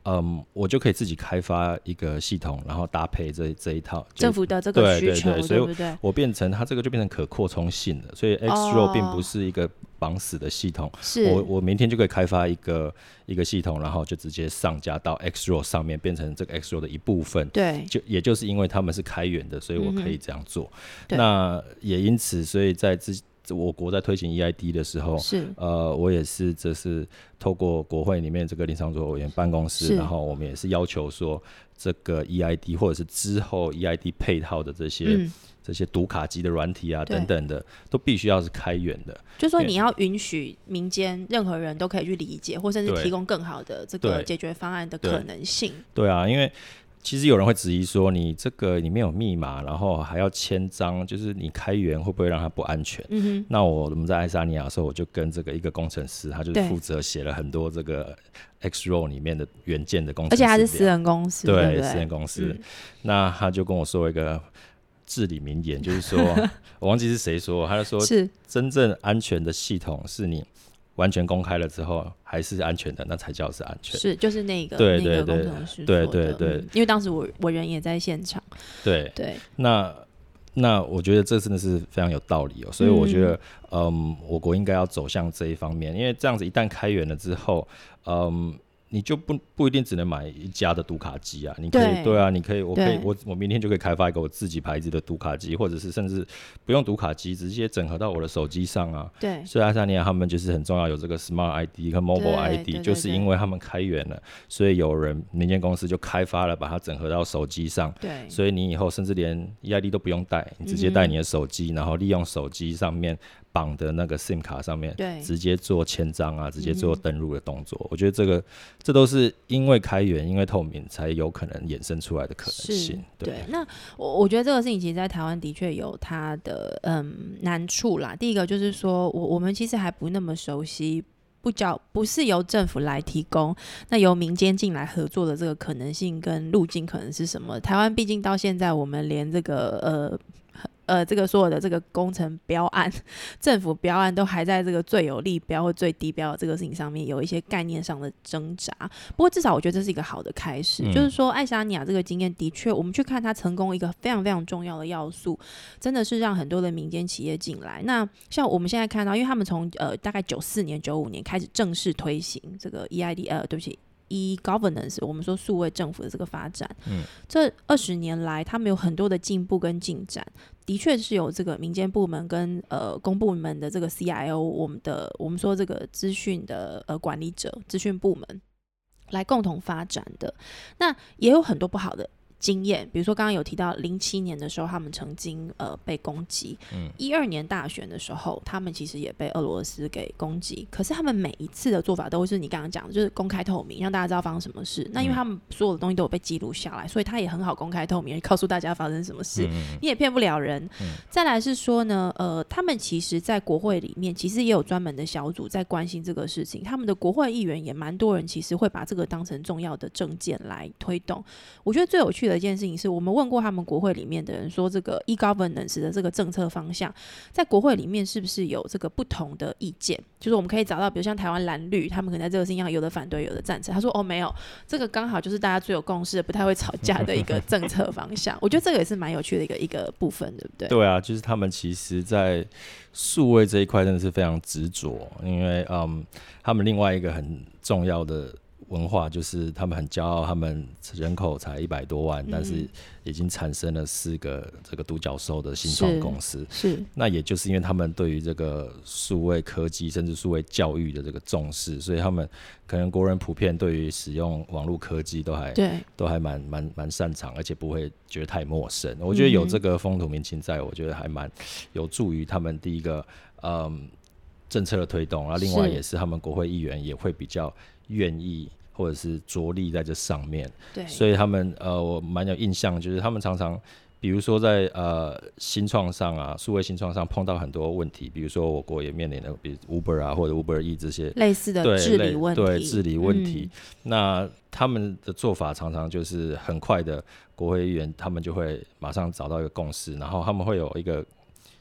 S2: 我就可以自己开发一个系统，然后搭配这一套
S1: 政府的这个需求，
S2: 对，
S1: 不对？
S2: 我变成它这个就变成可扩充性的，所以 Xrow 并不是一个绑死的系统，我明天就可以开发一个系统，然后就直接上架到 Xrow 上面，变成这个 Xrow 的一部分。
S1: 对，
S2: 也就是因为他们是开源的，所以我可以这样做。那也因此，所以在我国在推行 EID 的时候，我也是这是透过国会里面这个林长佐委员办公室，然后我们也是要求说，这个 EID 或者是之后 EID 配套的这些读卡机的软体啊等等的，都必须要是开源的。
S1: 就是说你要允许民间任何人都可以去理解，或甚至提供更好的这个解决方案的可能性。
S2: 对啊，因为其实有人会质疑说，你这个里面有密码，然后还要签章，就是你开源会不会让它不安全？那我们在爱沙尼亚的时候，我就跟这个一个工程师，他就是负责写了很多这个 Xrow 里面的元件的工程师，
S1: 而且他是私人公司，对，
S2: 私人公司。那他就跟我说一个至理名言，就是说我忘记是谁说，他就说真正安全的系统是你完全公开了之后还是安全的，那才叫是安全。
S1: 就是那个
S2: 对
S1: 工程师说的，对，因为当时我人也在现场。对，
S2: 那我觉得这真的是非常有道理所以我觉得我国应该要走向这一方面，因为这样子一旦开源了之后，你就不一定只能买一家的读卡机啊，你可以对啊，你可以，我明天就可以开发一个我自己牌子的读卡机，或者是甚至不用读卡机，直接整合到我的手机上啊。
S1: 对，
S2: 所以爱沙尼亚他们就是很重要，有这个 Smart ID 和 Mobile ID， 就是因为他们开源了，所以有人民间公司就开发了，把它整合到手机上。对，所以你以后甚至连 EID 都不用带，你直接带你的手机，然后利用手机上面绑的那个 SIM 卡上面，直接做签章啊，直接做登录的动作。我觉得这都是因为开源、因为透明才有可能衍生出来的可能性。对，
S1: 那我觉得这个事情其实在台湾的确有它的难处啦。第一个就是说，我们其实还不那么熟悉。不是由政府来提供，那由民间进来合作的这个可能性跟路径可能是什么？台湾毕竟到现在，我们连这个这个所有的这个工程标案、政府标案都还在这个最有利标或最低标的这个事情上面有一些概念上的挣扎。不过至少我觉得这是一个好的开始，就是说爱沙尼亚这个经验的确，我们去看它成功一个非常非常重要的要素，真的是让很多的民间企业进来。那像我们现在看到，因为他们从大概94年、95年开始正式推行这个 EID， 对不起。e-governance， 我们说数位政府的这个发展，这20年来，他们有很多的进步跟进展，的确是有这个民间部门跟公部门的这个 CIO， 我们说这个资讯的管理者、资讯部门来共同发展的。那也有很多不好的经验，比如说刚刚有提到07年的时候他们曾经被攻击，12年大选的时候他们其实也被俄罗斯给攻击，可是他们每一次的做法都是你刚刚讲的，就是公开透明，让大家知道发生什么事。那因为他们所有的东西都有被记录下来，所以他也很好公开透明，告诉大家发生什么事，你也骗不了人。再来是说呢他们其实在国会里面其实也有专门的小组在关心这个事情，他们的国会议员也蛮多人其实会把这个当成重要的政见来推动。我觉得最有趣的一件事情是，我们问过他们国会里面的人说，这个 e-governance 的这个政策方向在国会里面是不是有这个不同的意见，就是我们可以找到比如像台湾蓝绿，他们可能在这个事情上有的反对有的赞成。他说没有，这个刚好就是大家最有共识的不太会吵架的一个政策方向。我觉得这个也是蛮有趣的一个部分，对不对？
S2: 对啊，就是他们其实在数位这一块真的是非常执着，因为他们另外一个很重要的文化就是他们很骄傲，他们人口才100多万，但是已经产生了4个这个独角兽的新创公司。是，那也就是因为他们对于这个数位科技甚至数位教育的这个重视，所以他们可能国人普遍对于使用网络科技都还蛮擅长，而且不会觉得太陌生。我觉得有这个风土民情在，我觉得还蛮有助于他们第一个政策的推动，然后另外也是他们国会议员也会比较愿意或者是着力在这上面。对，所以他们我蛮有印象，就是他们常常比如说在新创上啊，数位新创上碰到很多问题，比如说我国也面临的比如 Uber 啊或者 Uber E 这些
S1: 类似的治理问题。
S2: 对，治理问题。那他们的做法常常就是很快的，国会议员他们就会马上找到一个共识，然后他们会有一个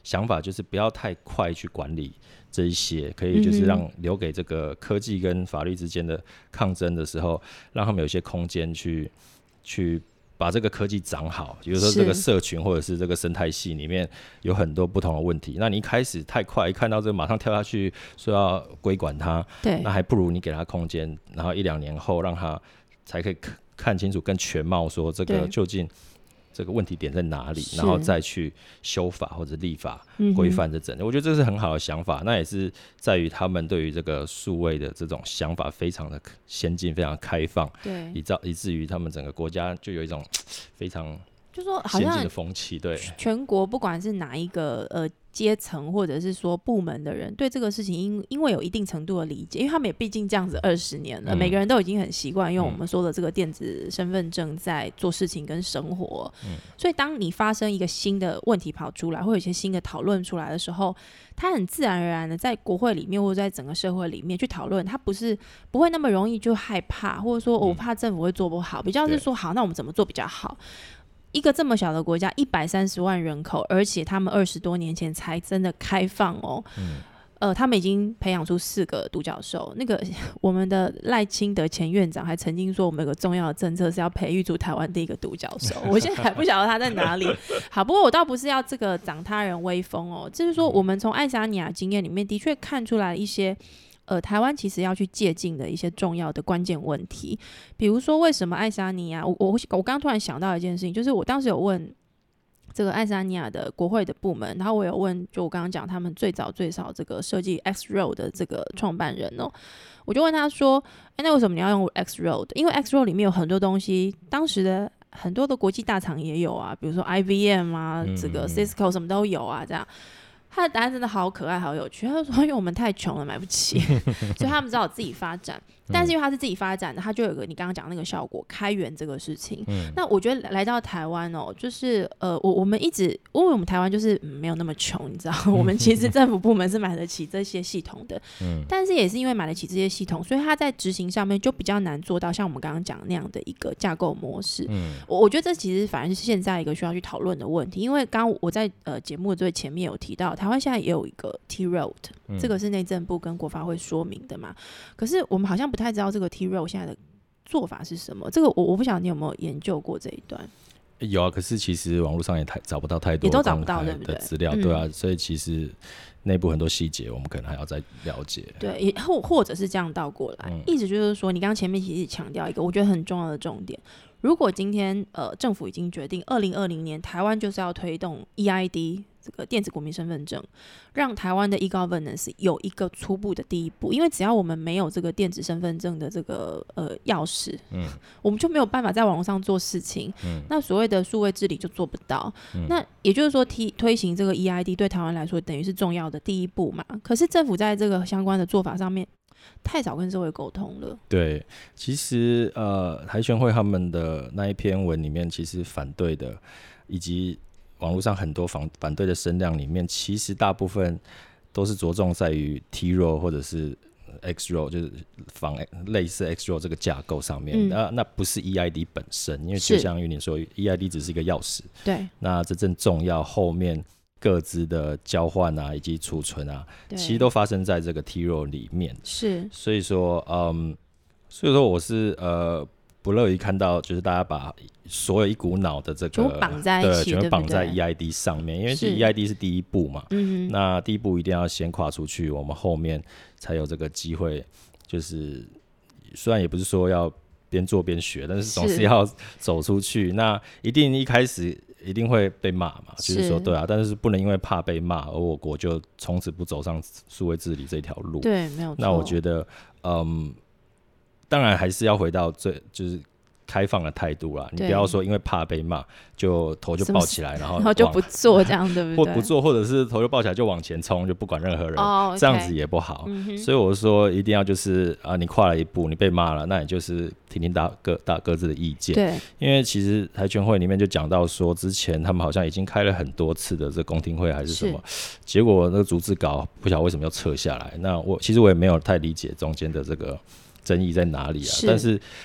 S2: 想法就是不要太快去管理这一些，可以就是留给这个科技跟法律之间的抗争的时候，让他们有一些空间去把这个科技长好。比如说这个社群或者是这个生态系里面有很多不同的问题，那你一开始太快，一看到这个马上跳下去说要规管它，那还不如你给他空间，然后1-2年后让他才可以看清楚更全貌，说这个究竟这个问题点在哪里，然后再去修法或者立法规范这整。我觉得这是很好的想法，那也是在于他们对于这个数位的这种想法非常的先进，非常开放，以至于他们整个国家就有一种非常
S1: 就说好像
S2: 先进的风气。对，
S1: 全国不管是哪一个阶层或者是说部门的人，对这个事情因为有一定程度的理解，因为他们也毕竟这样子20年了，每个人都已经很习惯用我们说的这个电子身份证在做事情跟生活，所以当你发生一个新的问题跑出来，或有一些新的讨论出来的时候，他很自然而然的在国会里面或者在整个社会里面去讨论，他不会那么容易就害怕，或者说我怕政府会做不好，比较是说好，那我们怎么做比较好。一个这么小的国家130万人口，而且他们20多年前才真的开放哦，他们已经培养出4个独角兽。那个我们的赖清德前院长还曾经说，我们有个重要的政策是要培育出台湾第一个独角兽。我现在还不晓得他在哪里。好，不过我倒不是要这个长他人威风哦，就是说我们从爱沙尼亚经验里面的确看出来一些。台湾其实要去借鉴的一些重要的关键问题，比如说为什么爱沙尼亚，我刚刚突然想到一件事情，就是我当时有问这个爱沙尼亚的国会的部门，然后我有问，就我刚刚讲他们最早这个设计 X-Road 的这个创办人哦，我就问他说，那为什么你要用 X-Road？ 因为 X-Road 里面有很多东西，当时的很多的国际大厂也有啊，比如说 IBM 啊，这个 Cisco 什么都有啊，这样。他的答案真的好可爱好有趣，他就说因为我们太穷了买不起所以他们只好自己发展，但是因为他是自己发展的，他就有个你刚刚讲那个效果，开源这个事情。那我觉得来到台湾哦，就是我们一直因为我们台湾就是没有那么穷，你知道我们其实政府部门是买得起这些系统的但是也是因为买得起这些系统，所以他在执行上面就比较难做到像我们刚刚讲那样的一个架构模式。我觉得这其实反而是现在一个需要去讨论的问题，因为刚刚我在节目的最前面有提到台湾现在也有一个 T-Road，这个是内政部跟国发会说明的嘛，可是我们好像不太知道这个 T-Road 现在的做法是什么，这个我不晓得你有没有研究过这一段。
S2: 有啊，可是其实网络上也找不到太多公开的资料，对啊，所以其实内部很多细节我们可能还要再了解。
S1: 对，或者是这样倒过来，意思就是说，你刚刚前面其实强调一个我觉得很重要的重点，如果今天政府已经决定2020年台湾就是要推动 EID 这个电子国民身份证，让台湾的 e-governance 有一个初步的第一步，因为只要我们没有这个电子身份证的这个钥匙，我们就没有办法在网络上做事情，那所谓的数位治理就做不到。那也就是说推行这个 EID 对台湾来说等于是重要的第一步嘛，可是政府在这个相关的做法上面太少跟社会沟通了。
S2: 对，其实台宣会他们的那一篇文里面，其实反对的以及网络上很多反对的声量里面，其实大部分都是着重在于 T-Road 或者是 X-Road， 就是类似 X-Road 这个架构上面。那不是 EID 本身，因为就像玉玲说 ，EID 只是一个钥匙。
S1: 对，
S2: 那真正重要后面各自的交换啊，以及储存啊，其实都发生在这个 T-Road 里面。
S1: 是，
S2: 所以说我是不乐意看到就是大家把所有一股脑的这个
S1: 全部绑在一起，
S2: 全部绑在 EID 上面，因为是 EID 是第一步嘛。那第一步一定要先跨出去，我们后面才有这个机会。就是虽然也不是说要边做边学，但是总是要走出去。那一定一开始一定会被骂嘛，就是说对啊，但是不能因为怕被骂而我国就从此不走上数位治理这条路。
S1: 对，没有错。
S2: 那我觉得当然还是要回到就是开放的态度啦，你不要说因为怕被骂就头就抱起来，然后
S1: 就不做这样，对不对？
S2: 或不做，或者是头就抱起来就往前冲，就不管任何人，这样子也不好。所以我说一定要就是你跨了一步，你被骂了，那你就是听各自的意见。
S1: 对，
S2: 因为其实台全会里面就讲到说，之前他们好像已经开了很多次的这公听会还是什么，结果那个逐字稿不晓得为什么要撤下来。那其实我也没有太理解中间的这个争议在哪里啊，但是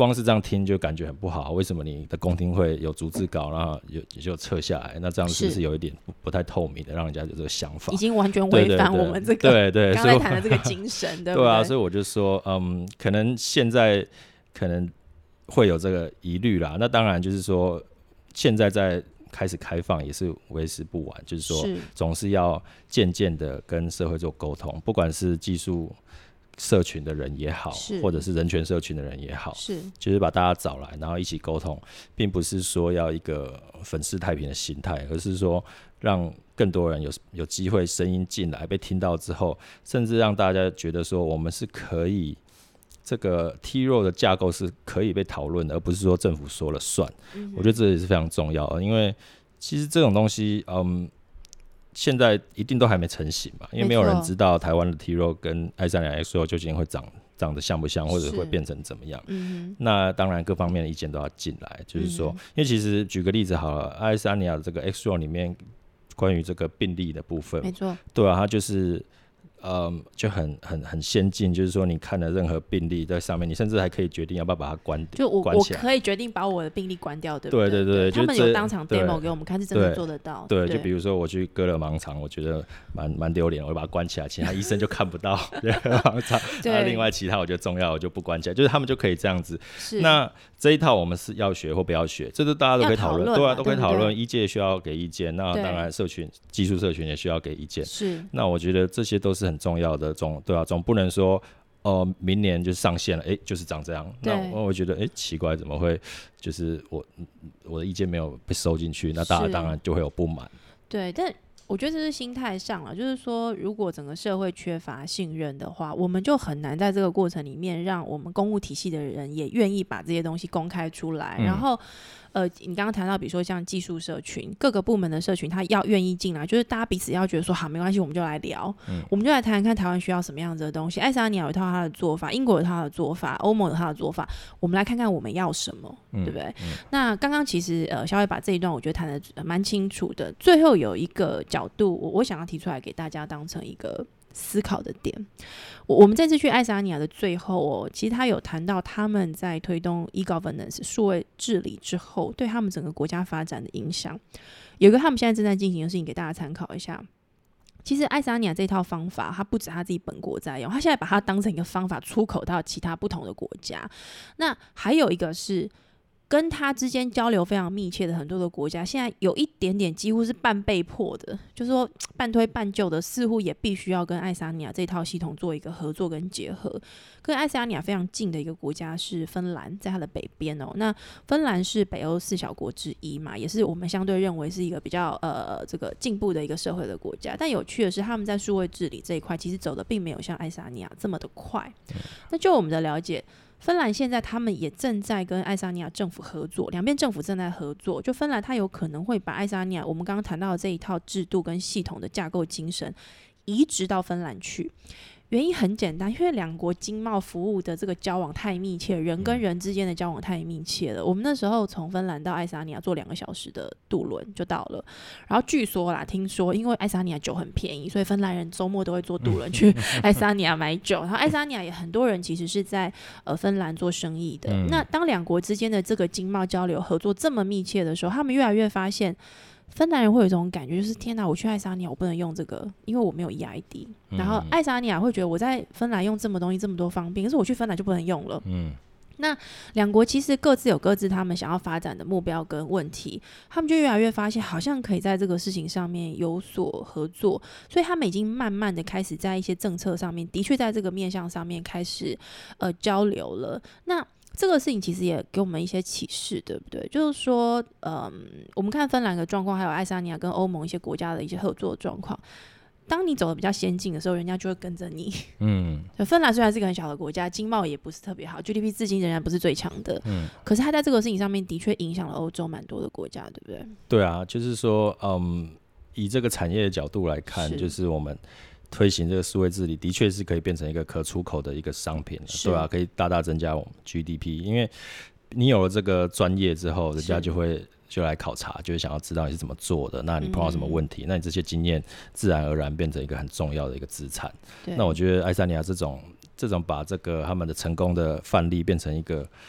S2: 光是这样听就感觉很不好，为什么你的公听会有逐字稿，然后也就撤下来？那这样是不是有一点不太透明的，让人家有这个想法？
S1: 已经完全违反我们这个刚才谈的这个精神，对不对？
S2: 对啊，所以我就说，可能现在可能会有这个疑虑啦。那当然就是说，现在在开始开放也是为时不晚，就是说总是要渐渐的跟社会做沟通，不管是技术社群的人也好，或者是人权社群的人也好，就是把大家找来，然后一起沟通，并不是说要一个粉饰太平的心态，而是说让更多人有机会声音进来被听到之后，甚至让大家觉得说我们是可以这个 T-Roll 的架构是可以被讨论的，而不是说政府说了算。我觉得这也是非常重要的，因为其实这种东西，现在一定都还没成型嘛，因为没有人知道台湾的 T-Roll 跟i32 XRO 究竟会长得像不像，或者会变成怎么样。那当然各方面的意见都要进来，就是说，因为其实举个例子好了，爱沙尼亚的这个 XRO 里面关于这个病例的部分，
S1: 没错，
S2: 对啊，它就是就很先进，就是说你看了任何病例在上面，你甚至还可以决定要不要把它关起来。
S1: 就我可以决定把我的病例关掉，对不对？
S2: 对对对，
S1: 他们有当场 demo 给我们看，是真的做得到。
S2: 对，就比如说我去割了盲肠，我觉得蛮丢脸，我就把它关起来，其他医生就看不到盲肠。那另外其他我觉得重要，我就不关起来，就是他们就可以这样子。那这一套我们是要学或不要学，这都大家都可以讨论，对啊，都可以讨论。医界需要给意见，那当然技术社群也需要给意见。
S1: 是，
S2: 那我觉得这些都是很重要的，对啊，总不能说明年就上线了，就是长这样。那我觉得奇怪，怎么会就是我的意见没有被收进去？那大家当然就会有不满。
S1: 对，但我觉得这是心态上了，就是说，如果整个社会缺乏信任的话，我们就很难在这个过程里面让我们公务体系的人也愿意把这些东西公开出来，然后。你刚刚谈到，比如说像技术社群，各个部门的社群，他要愿意进来，就是大家彼此要觉得说，好，没关系，我们就来聊，我们就来谈谈看台湾需要什么样子的东西。爱沙尼亚有一套他的做法，英国有他的做法，欧盟有他的做法，我们来看看我们要什么，对不对？那刚刚其实小伟把这一段我觉得谈得蛮清楚的，最后有一个角度，我想要提出来给大家当成一个思考的点。我们这次去爱沙尼亚的最后其实他有谈到他们在推动 e-governance 数位治理之后对他们整个国家发展的影响。有一个他们现在正在进行的事情给大家参考一下。其实爱沙尼亚这套方法他不止他自己本国在用，他现在把它当成一个方法出口到其他不同的国家。那还有一个是跟他之间交流非常密切的很多的国家，现在有一点点几乎是半被迫的，就是说半推半就的，似乎也必须要跟爱沙尼亚这套系统做一个合作跟结合。跟爱沙尼亚非常近的一个国家是芬兰，在它的北边那芬兰是北欧4小国之一嘛，也是我们相对认为是一个比较这个进步的一个社会的国家。但有趣的是，他们在数位治理这一块其实走的并没有像爱沙尼亚这么的快。那就我们的了解，芬兰现在他们也正在跟爱沙尼亚政府合作，两边政府正在合作。就芬兰它有可能会把爱沙尼亚我们刚刚谈到的这一套制度跟系统的架构精神移植到芬兰去。原因很简单，因为两国经贸服务的这个交往太密切，人跟人之间的交往太密切了。我们那时候从芬兰到爱沙尼亚坐2个小时的渡轮就到了，然后据说啦，听说因为爱沙尼亚酒很便宜，所以芬兰人周末都会坐渡轮去爱沙尼亚买酒。然后爱沙尼亚也很多人其实是在芬兰做生意的。那当两国之间的这个经贸交流合作这么密切的时候，他们越来越发现芬兰人会有一种感觉，就是天哪，我去爱沙尼亚我不能用这个，因为我没有 EID。然后爱沙尼亚会觉得我在芬兰用这么东西这么多方便，可是我去芬兰就不能用了。那两国其实各自有各自他们想要发展的目标跟问题，他们就越来越发现好像可以在这个事情上面有所合作，所以他们已经慢慢的开始在一些政策上面的确在这个面向上面开始交流了。那这个事情其实也给我们一些启示，对不对？就是说我们看芬兰的状况，还有爱沙尼亚跟欧盟一些国家的一些合作状况，当你走的比较先进的时候，人家就会跟着你。芬兰虽然是一个很小的国家，经贸也不是特别好， GDP 至今仍然不是最强的，可是它在这个事情上面的确影响了欧洲蛮多的国家，对不对？
S2: 对啊，就是说以这个产业的角度来看，就是我们推行这个数位治理的确是可以变成一个可出口的一个商品，对啊，可以大大增加我们 GDP。 因为你有了这个专业之后，人家就来考察，就会想要知道你是怎么做的，那你碰到什么问题，那你这些经验自然而然变成一个很重要的一个资产。那我觉得爱沙尼亚这种把这个他们的成功的范例变成一个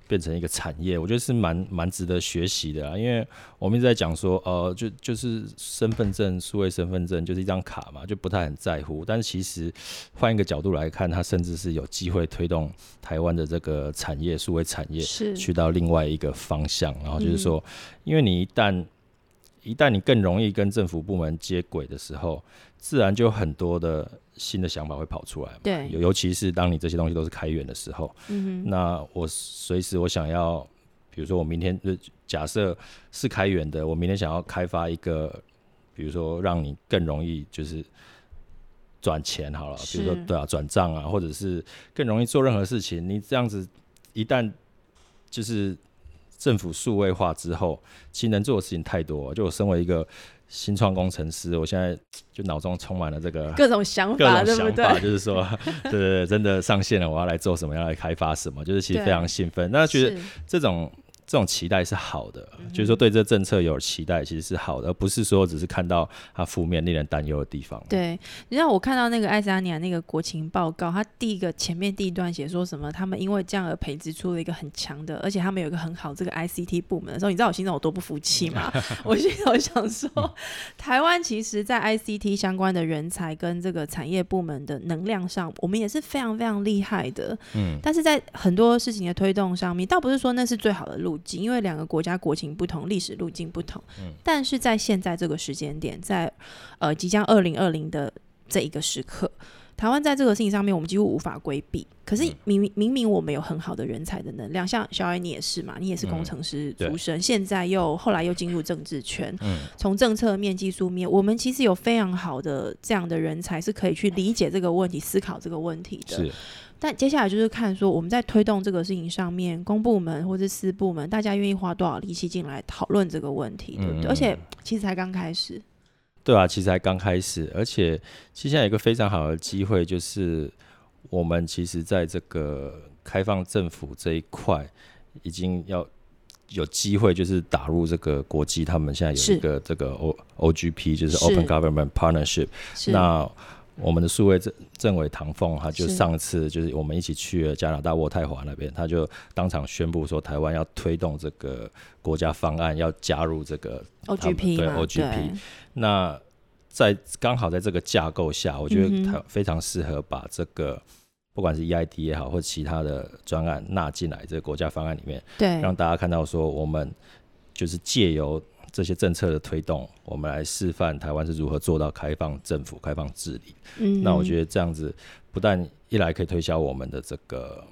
S2: 变成一个产业，我觉得是蛮值得学习的啦。因为我们一直在讲说，就是身份证、数位身份证就是一张卡嘛，就不太很在乎。但是其实换一个角度来看，它甚至是有机会推动台湾的这个产业、数位产业去到另外一个方向。然后就是说，因为你一旦你更容易跟政府部门接轨的时候，自然就有很多的新的想法会跑出来嘛。
S1: 对，
S2: 尤其是当你这些东西都是开源的时候，那我随时我想要，比如说我明天假设是开源的，我明天想要开发一个，比如说让你更容易就是转钱好了，比如说对啊转账啊，或者是更容易做任何事情，你这样子一旦就是政府数位化之后，其实能做的事情太多了。就我身为一个新创工程师，我现在就脑中充满了这个
S1: 各种想法，对不对？
S2: 就是说，对，真的上线了，我要来做什么，要来开发什么，就是其实非常兴奋。那觉得这种期待是好的，就是说对这政策有期待，其实是好的，而不是说只是看到它负面令人担忧的地方。
S1: 对，你知道我看到那个爱沙尼亚那个国情报告，它前面第一段写说什么，他们因为这样而培植出了一个很强的，而且他们有一个很好这个 ICT 部门的时候，你知道我心中有多不服气吗？我心中想说，台湾其实在 ICT 相关的人才跟这个产业部门的能量上，我们也是非常非常厉害的。但是在很多事情的推动上面，倒不是说那是最好的路径，因为两个国家国情不同，历史路径不同。但是在现在这个时间点，在即将2020的这一个时刻，台湾在这个事情上面我们几乎无法规避。可是明明我们有很好的人才的能量，像小艾你也是嘛，你也是工程师出身，现在后来又进入政治圈，从政策面、技术面，我们其实有非常好的这样的人才是可以去理解这个问题、思考这个问题的。是。但接下来就是看说我们在推动这个事情上面，公部门或是私部门，大家愿意花多少力气进来讨论这个问题，对不对？而且其实才刚开始。
S2: 对啊，其实才刚开始，而且其实现在有一个非常好的机会，就是我们其实在这个开放政府这一块，已经要有机会，就是打入这个国际，他们现在有一个这个 OGP， 就是 Open Government Partnership。那我们的数位政委唐凤，他就上次就是我们一起去了加拿大渥太华那边，他就当场宣布说，台湾要推动这个国家方案，要加入这个
S1: OGP，
S2: 对 OGP。那刚好在这个架构下，我觉得非常适合把这个不管是 EID 也好，或者其他的专案纳进来这个国家方案里面，对，让大家看到说，我们就是借由这些政策的推动，我们来示范台湾是如何做到开放政府、开放治理。那我觉得这样子不但一来可以推销我们的这个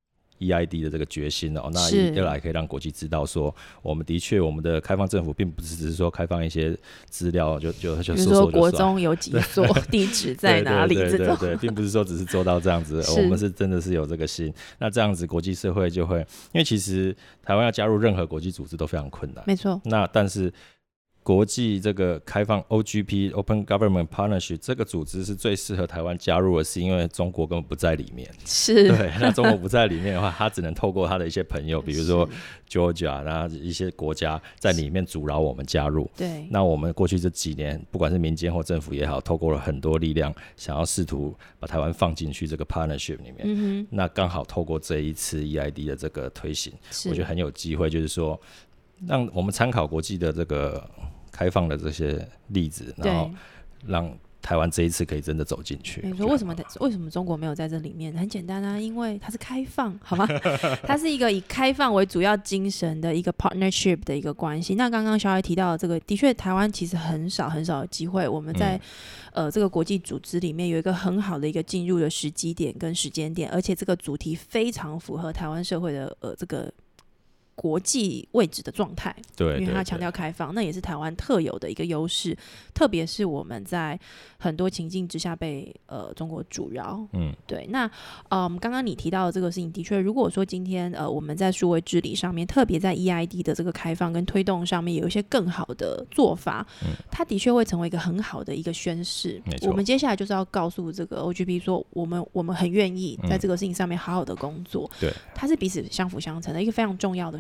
S2: EID 的这个决心那二来可以让国际知道说，我们的确我们的开放政府并不是只是说开放一些资料就说
S1: 比如说国中有几所地址在哪里这种，
S2: 对，并不是说只是做到这样子，我们是真的是有这个心。那这样子国际社会就会，因为其实台湾要加入任何国际组织都非常困难，
S1: 没错。
S2: 那但是国际这个开放 OGP Open Government Partnership 这个组织是最适合台湾加入的，是因为中国根本不在里面。
S1: 是，
S2: 对，那中国不在里面的话，他只能透过他的一些朋友，比如说 Georgia， 然后一些国家在里面阻挠我们加入。
S1: 对，
S2: 那我们过去这几年，不管是民间或政府也好，透过了很多力量，想要试图把台湾放进去这个 partnership 里面。那刚好透过这一次 EID 的这个推行，我觉得很有机会，就是说让我们参考国际的这个开放的这些例子，然后让台湾这一次可以真的走进去。
S1: 没错，为什么中国没有在这里面？很简单啊，因为它是开放，好吗？它是一个以开放为主要精神的一个 partnership 的一个关系。那刚刚小艾提到的这个，的确台湾其实很少有机会，我们在这个国际组织里面有一个很好的一个进入的时机点跟时间点，而且这个主题非常符合台湾社会的这个国际位置的状态，
S2: 对，
S1: 因为它强调开放，那也是台湾特有的一个优势，特别是我们在很多情境之下被中国阻挠。对。那刚刚你提到的这个事情，的确，如果说今天我们在数位治理上面，特别在 EID 的这个开放跟推动上面有一些更好的做法，它的确会成为一个很好的一个宣示。我们接下来就是要告诉这个 OGP 说，我们很愿意在这个事情上面好好的工作。对，它是彼此相辅相成的一个非常重要的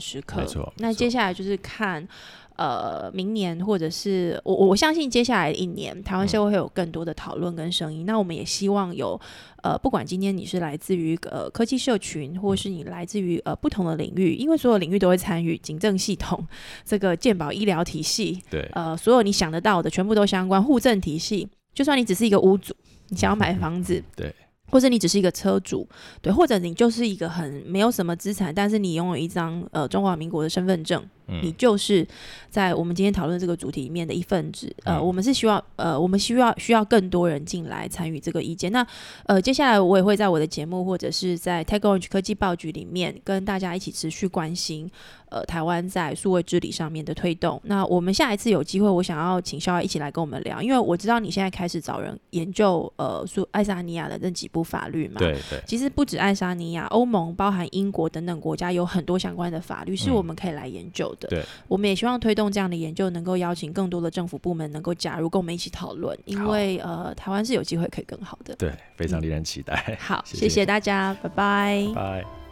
S1: 时刻。
S2: 没错。
S1: 那接下来就是看明年或者是我相信接下来一年台湾社会会有更多的讨论跟声音。那我们也希望有不管今天你是来自于科技社群，或是你来自于不同的领域，因为所有领域都会参与，警政系统、这个健保医疗体系，
S2: 对，
S1: 所有你想得到的全部都相关，户政体系，就算你只是一个屋主，你想要买房子，
S2: 对。
S1: 或者你只是一个车主，对，或者你就是一个很没有什么资产，但是你拥有一张中华民国的身份证，你就是在我们今天讨论这个主题里面的一份子。我们是需要更多人进来参与这个意见。那接下来我也会在我的节目或者是在 TechOrange 科技报局里面跟大家一起持续关心台湾在数位治理上面的推动。那我们下一次有机会，我想要请肖一起来跟我们聊，因为我知道你现在开始找人研究爱沙尼亚的那几部法律嘛。
S2: 对对。
S1: 其实不止爱沙尼亚，欧盟包含英国等等国家有很多相关的法律是我们可以来研究的。
S2: 对。
S1: 我们也希望推动这样的研究，能够邀请更多的政府部门能够加入，跟我们一起讨论，因为台湾是有机会可以更好的。
S2: 对，非常令人期待。
S1: 好，谢谢大家，拜拜。
S2: 拜。